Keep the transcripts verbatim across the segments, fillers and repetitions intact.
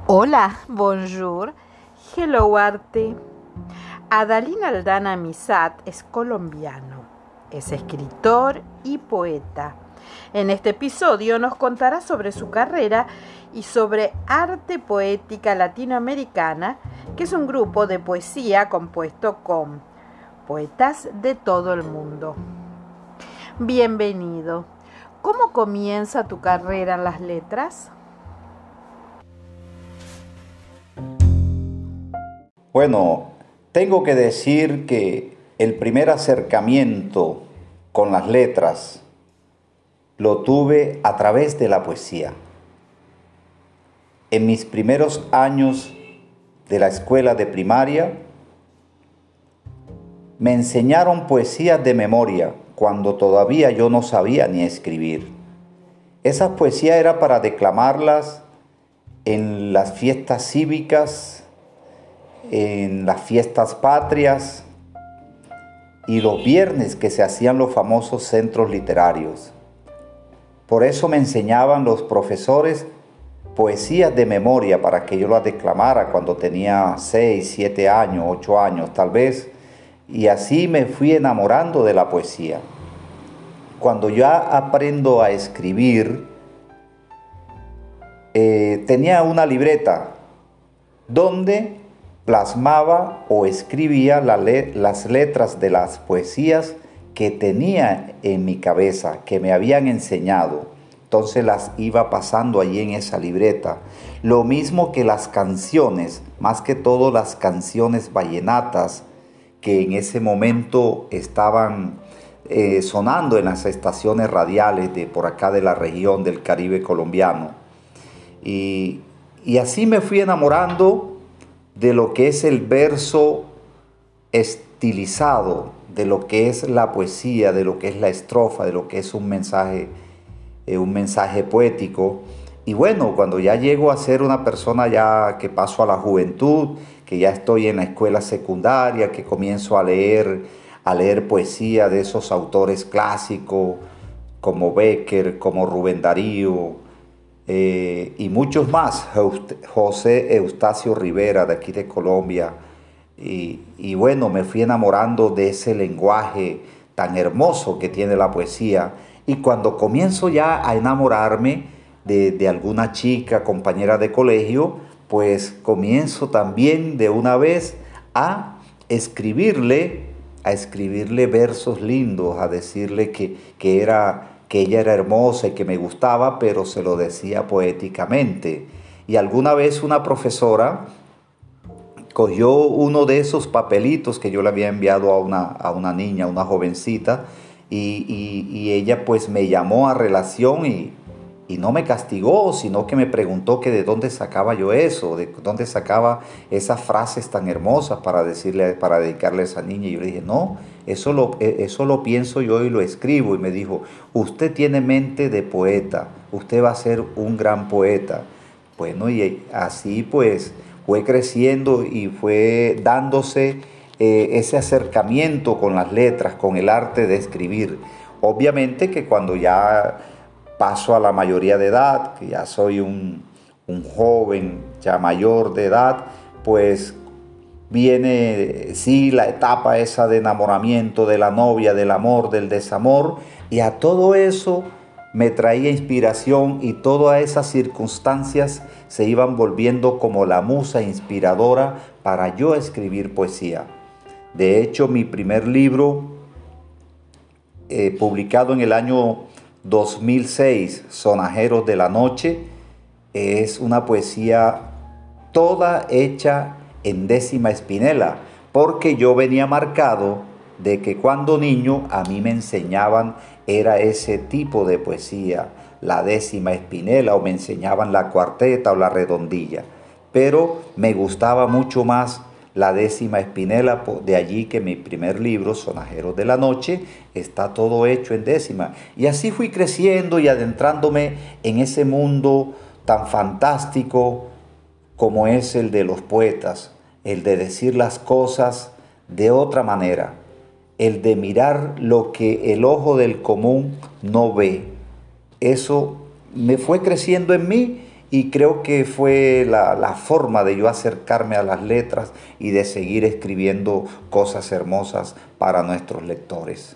Hola, bonjour, hello arte. Adalín Aldana Misat es colombiano, es escritor y poeta. En este episodio nos contará sobre su carrera y sobre Arte Poética Latinoamericana, que es un grupo de poesía compuesto con poetas de todo el mundo. Bienvenido. ¿Cómo comienza tu carrera en las letras? Bueno, tengo que decir que el primer acercamiento con las letras lo tuve a través de la poesía. En mis primeros años de la escuela de primaria, me enseñaron poesías de memoria cuando todavía yo no sabía ni escribir. Esas poesías era para declamarlas en las fiestas cívicas, en las fiestas patrias y los viernes que se hacían los famosos centros literarios. Por eso me enseñaban los profesores poesías de memoria para que yo las declamara cuando tenía seis, siete años, ocho años tal vez, y así me fui enamorando de la poesía. Cuando ya aprendo a escribir, eh, tenía una libreta donde plasmaba o escribía la le- las letras de las poesías que tenía en mi cabeza, que me habían enseñado. Entonces las iba pasando allí en esa libreta. Lo mismo que las canciones, más que todo las canciones vallenatas que en ese momento estaban eh, sonando en las estaciones radiales de por acá de la región del Caribe colombiano. Y, y así me fui enamorando de lo que es el verso estilizado, de lo que es la poesía, de lo que es la estrofa, de lo que es un mensaje, eh, un mensaje poético. Y bueno, cuando ya llego a ser una persona ya que paso a la juventud, que ya estoy en la escuela secundaria, que comienzo a leer, a leer poesía de esos autores clásicos como Bécquer, como Rubén Darío, eh, y muchos más, José Eustacio Rivera de aquí de Colombia. Y, y bueno, me fui enamorando de ese lenguaje tan hermoso que tiene la poesía. Y cuando comienzo ya a enamorarme de, de alguna chica, compañera de colegio, pues comienzo también de una vez a escribirle, a escribirle versos lindos, a decirle que, que era que ella era hermosa y que me gustaba, pero se lo decía poéticamente. Y alguna vez una profesora cogió uno de esos papelitos que yo le había enviado a una, a una niña, a una jovencita, y, y, y ella pues me llamó a relación y, y no me castigó, sino que me preguntó que de dónde sacaba yo eso, de dónde sacaba esas frases tan hermosas para decirle, para dedicarle a esa niña. Y yo le dije, no, eso lo, eso lo pienso yo y lo escribo. Y me dijo, usted tiene mente de poeta, usted va a ser un gran poeta. Bueno, y así pues fue creciendo y fue dándose eh, ese acercamiento con las letras, con el arte de escribir. Obviamente que cuando ya paso a la mayoría de edad, que ya soy un, un joven ya mayor de edad, pues viene, sí, la etapa esa de enamoramiento de la novia, del amor, del desamor, y a todo eso me traía inspiración y todas esas circunstancias se iban volviendo como la musa inspiradora para yo escribir poesía. De hecho, mi primer libro, eh, publicado en el año dos mil seis, Sonajeros de la Noche, es una poesía toda hecha en décima espinela, porque yo venía marcado de que cuando niño a mí me enseñaban era ese tipo de poesía, la décima espinela, o me enseñaban la cuarteta o la redondilla, pero me gustaba mucho más la décima espinela, de allí que mi primer libro, Sonajeros de la Noche, está todo hecho en décima. Y así fui creciendo y adentrándome en ese mundo tan fantástico como es el de los poetas, el de decir las cosas de otra manera, el de mirar lo que el ojo del común no ve. Eso me fue creciendo en mí y creo que fue la, la forma de yo acercarme a las letras y de seguir escribiendo cosas hermosas para nuestros lectores.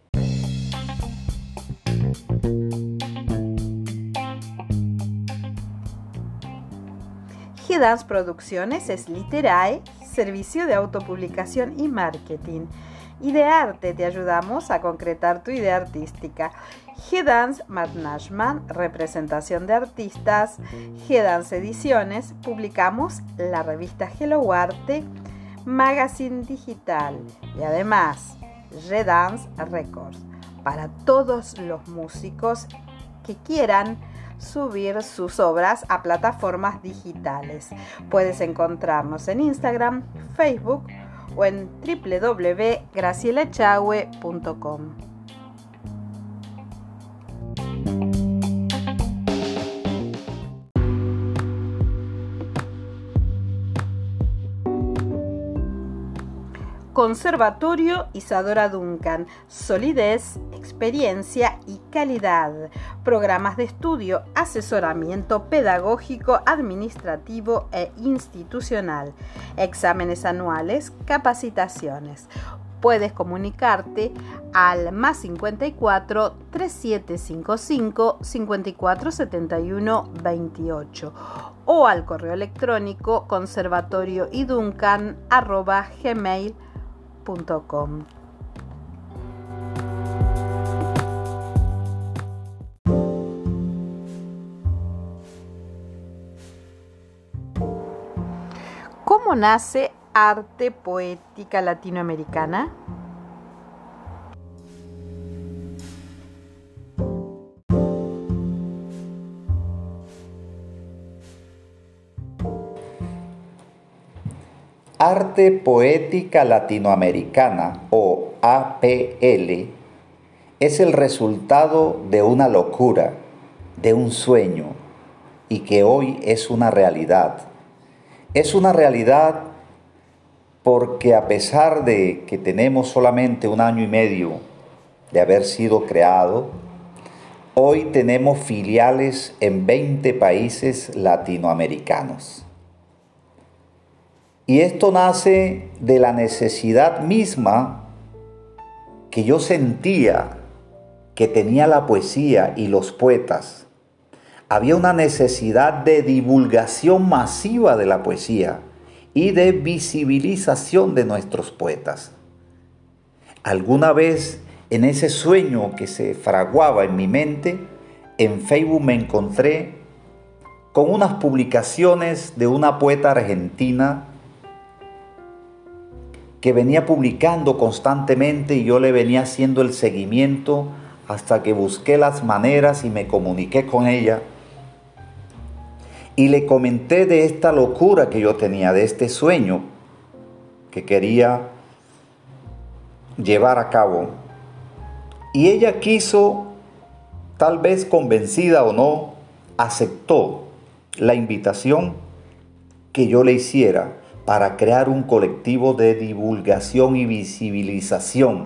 G-Dance Producciones es Literae, servicio de autopublicación y marketing. Idearte, te ayudamos a concretar tu idea artística. G-Dance Management, representación de artistas. G-Dance Ediciones, publicamos la revista Hello Arte, magazine digital y además G-Dance Records para todos los músicos que quieran subir sus obras a plataformas digitales. Puedes encontrarnos en Instagram, Facebook o en w w w punto graciela echagüe punto com. Conservatorio Isadora Duncan, solidez, experiencia y calidad. Programas de estudio, asesoramiento pedagógico, administrativo e institucional. Exámenes anuales, capacitaciones. Puedes comunicarte al más cincuenta y cuatro, treinta y siete cincuenta y cinco, cincuenta y cuatro setenta y uno veintiocho o al correo electrónico conservatorioiduncan arroba gmail punto com. ¿Cómo nace Arte Poética Latinoamericana? Arte Poética Latinoamericana, o A P L, es el resultado de una locura, de un sueño, y que hoy es una realidad. Es una realidad porque a pesar de que tenemos solamente un año y medio de haber sido creado, hoy tenemos filiales en veinte países latinoamericanos. Y esto nace de la necesidad misma que yo sentía que tenía la poesía y los poetas. Había una necesidad de divulgación masiva de la poesía y de visibilización de nuestros poetas. Alguna vez en ese sueño que se fraguaba en mi mente, en Facebook me encontré con unas publicaciones de una poeta argentina que venía publicando constantemente y yo le venía haciendo el seguimiento hasta que busqué las maneras y me comuniqué con ella. Y le comenté de esta locura que yo tenía, de este sueño que quería llevar a cabo. Y ella quiso, tal vez convencida o no, aceptó la invitación que yo le hiciera para crear un colectivo de divulgación y visibilización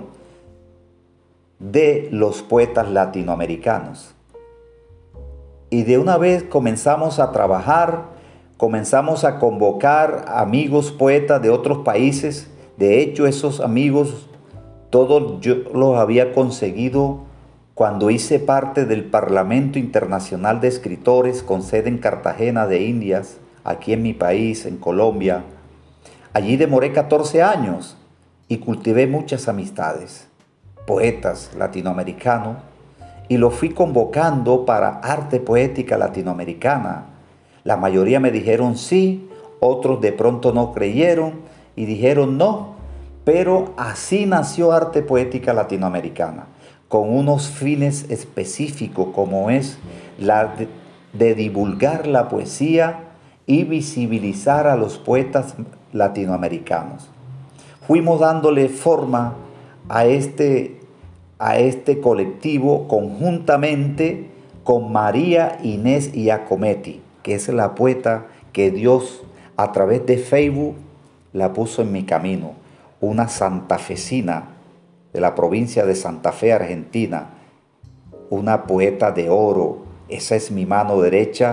de los poetas latinoamericanos. Y de una vez comenzamos a trabajar, comenzamos a convocar amigos poetas de otros países. De hecho, esos amigos, todos yo los había conseguido cuando hice parte del Parlamento Internacional de Escritores con sede en Cartagena de Indias, aquí en mi país, en Colombia. Allí demoré catorce años y cultivé muchas amistades, poetas latinoamericanos, y los fui convocando para Arte Poética Latinoamericana. La mayoría me dijeron sí, otros de pronto no creyeron y dijeron no, pero así nació Arte Poética Latinoamericana, con unos fines específicos como es la de, de divulgar la poesía y visibilizar a los poetas latinoamericanos. Fuimos dándole forma a este, a este colectivo conjuntamente con María Inés Iacometti, que es la poeta que Dios a través de Facebook la puso en mi camino, una santafesina de la provincia de Santa Fe, Argentina, una poeta de oro. Esa es mi mano derecha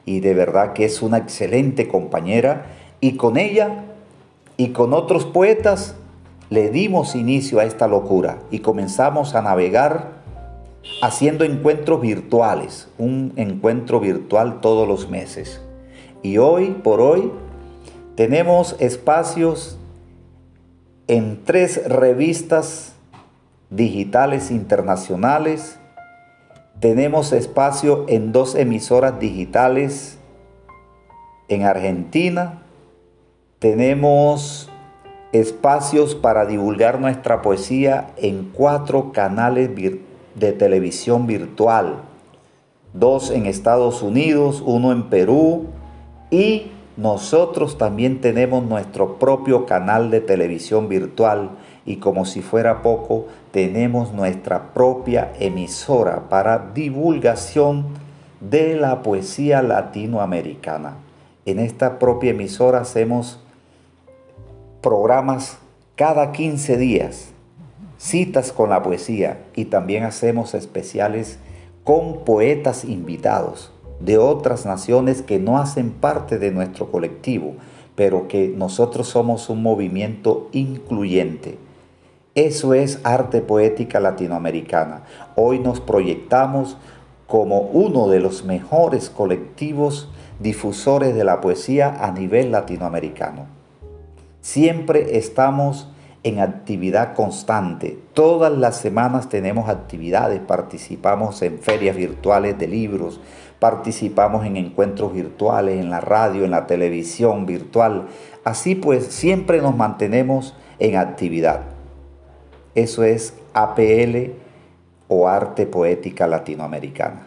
y de verdad que es una excelente compañera, y con ella y con otros poetas le dimos inicio a esta locura y comenzamos a navegar haciendo encuentros virtuales, un encuentro virtual todos los meses. Y hoy por hoy tenemos espacios en tres revistas digitales internacionales, tenemos espacio en dos emisoras digitales en Argentina, tenemos espacios para divulgar nuestra poesía en cuatro canales de televisión virtual, dos en Estados Unidos, uno en Perú, y nosotros también tenemos nuestro propio canal de televisión virtual, y como si fuera poco, tenemos nuestra propia emisora para divulgación de la poesía latinoamericana. En esta propia emisora hacemos programas cada quince días, citas con la poesía, y también hacemos especiales con poetas invitados de otras naciones que no hacen parte de nuestro colectivo, pero que nosotros somos un movimiento incluyente. Eso es Arte Poética Latinoamericana. Hoy nos proyectamos como uno de los mejores colectivos difusores de la poesía a nivel latinoamericano. Siempre estamos en actividad constante. Todas las semanas tenemos actividades, participamos en ferias virtuales de libros, participamos en encuentros virtuales, en la radio, en la televisión virtual. Así pues, siempre nos mantenemos en actividad. Eso es A P L o Arte Poética Latinoamericana.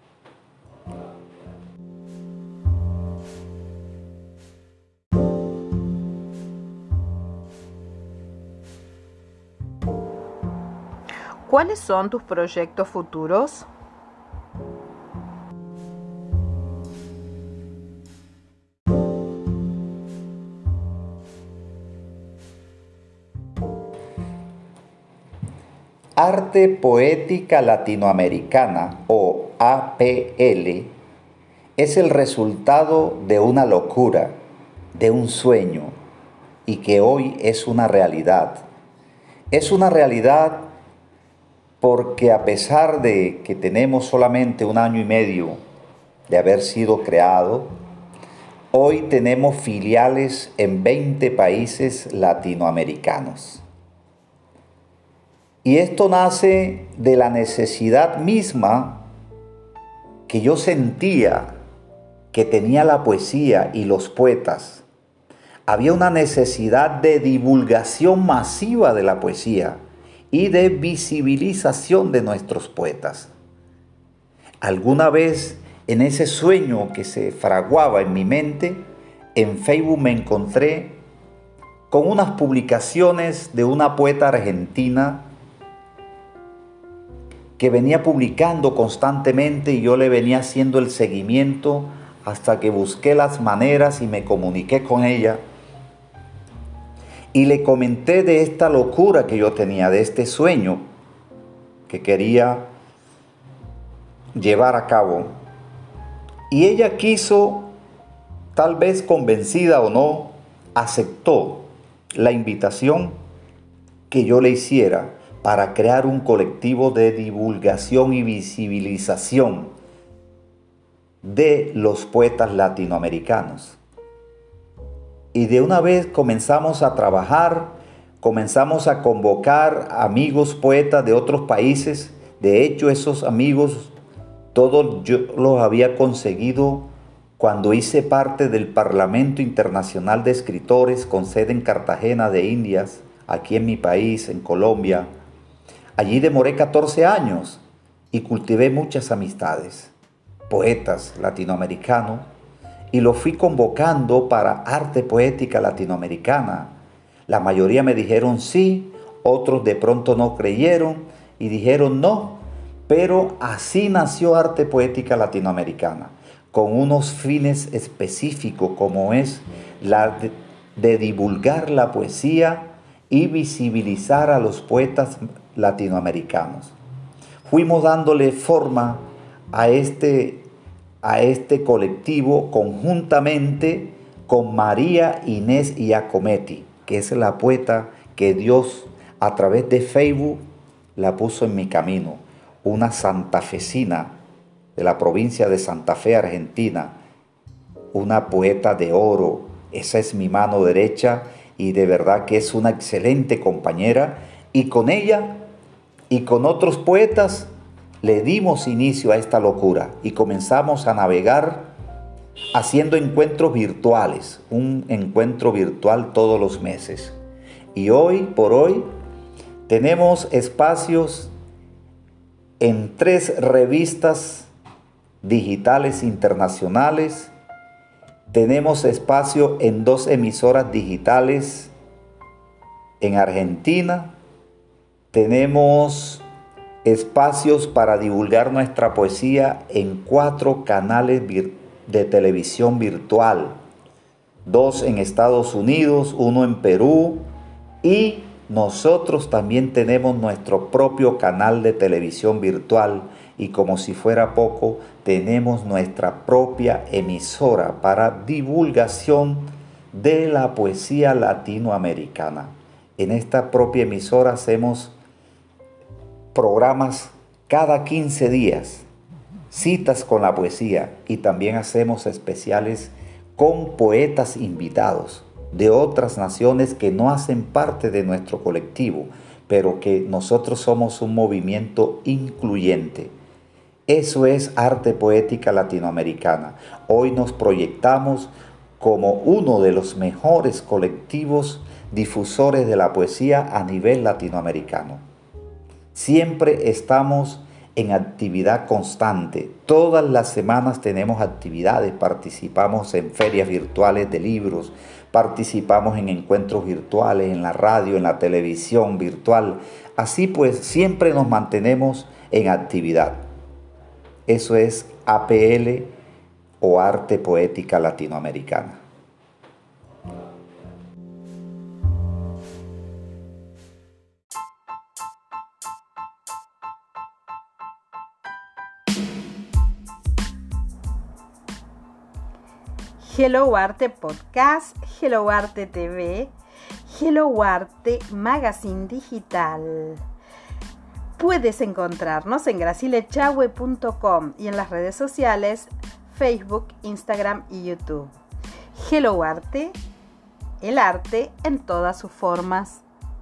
¿Cuáles son tus proyectos futuros? Arte Poética Latinoamericana o A P L es el resultado de una locura, de un sueño, y que hoy es una realidad. Es una realidad porque a pesar de que tenemos solamente un año y medio de haber sido creado, hoy tenemos filiales en veinte países latinoamericanos. Y esto nace de la necesidad misma que yo sentía que tenía la poesía y los poetas. Había una necesidad de divulgación masiva de la poesía y de visibilización de nuestros poetas. Alguna vez en ese sueño que se fraguaba en mi mente, en Facebook me encontré con unas publicaciones de una poeta argentina que venía publicando constantemente y yo le venía haciendo el seguimiento hasta que busqué las maneras y me comuniqué con ella. Y le comenté de esta locura que yo tenía, de este sueño que quería llevar a cabo. Y ella quiso, tal vez convencida o no, aceptó la invitación que yo le hiciera para crear un colectivo de divulgación y visibilización de los poetas latinoamericanos. Y de una vez comenzamos a trabajar, comenzamos a convocar amigos poetas de otros países. De hecho, esos amigos, todos yo los había conseguido cuando hice parte del Parlamento Internacional de Escritores con sede en Cartagena de Indias, aquí en mi país, en Colombia. Allí demoré catorce años y cultivé muchas amistades, poetas latinoamericanos, y los fui convocando para Arte Poética Latinoamericana. La mayoría me dijeron sí, otros de pronto no creyeron y dijeron no, pero así nació Arte Poética Latinoamericana, con unos fines específicos como es la de, de divulgar la poesía y visibilizar a los poetas latinoamericanos. Fuimos dándole forma a este a este colectivo conjuntamente con María Inés Iacometti, que es la poeta que Dios a través de Facebook la puso en mi camino, una santafesina de la provincia de Santa Fe, Argentina, una poeta de oro. Esa es mi mano derecha y de verdad que es una excelente compañera, y con ella y con otros poetas le dimos inicio a esta locura y comenzamos a navegar haciendo encuentros virtuales, un encuentro virtual todos los meses. Y hoy por hoy tenemos espacios en tres revistas digitales internacionales, tenemos espacio en dos emisoras digitales en Argentina, tenemos espacios para divulgar nuestra poesía en cuatro canales de televisión virtual, dos en Estados Unidos, uno en Perú, y nosotros también tenemos nuestro propio canal de televisión virtual, y como si fuera poco, tenemos nuestra propia emisora para divulgación de la poesía latinoamericana. En esta propia emisora hacemos programas cada quince días, citas con la poesía, y también hacemos especiales con poetas invitados de otras naciones que no hacen parte de nuestro colectivo, pero que nosotros somos un movimiento incluyente. Eso es arte poética latinoamericana. Hoy nos proyectamos como uno de los mejores colectivos difusores de la poesía a nivel latinoamericano. Siempre estamos en actividad constante. Todas las semanas tenemos actividades, participamos en ferias virtuales de libros, participamos en encuentros virtuales, en la radio, en la televisión virtual. Así pues, siempre nos mantenemos en actividad. Eso es A P L o Arte Poética Latinoamericana. Hello Arte Podcast, Hello Arte T V, Hello Arte Magazine Digital. Puedes encontrarnos en gracilechahue punto com y en las redes sociales Facebook, Instagram y YouTube. Hello Arte, el arte en todas sus formas.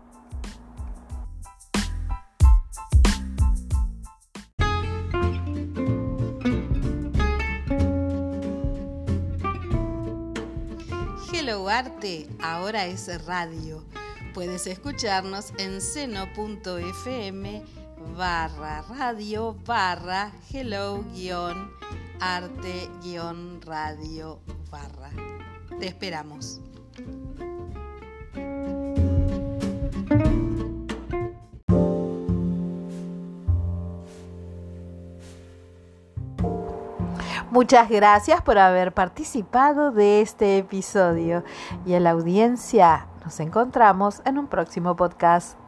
Hello Arte ahora es radio. Puedes escucharnos en seno punto f m barra radio barra hello guión arte guión radio barra. Te esperamos. Muchas gracias por haber participado de este episodio y a la audiencia nos encontramos en un próximo podcast.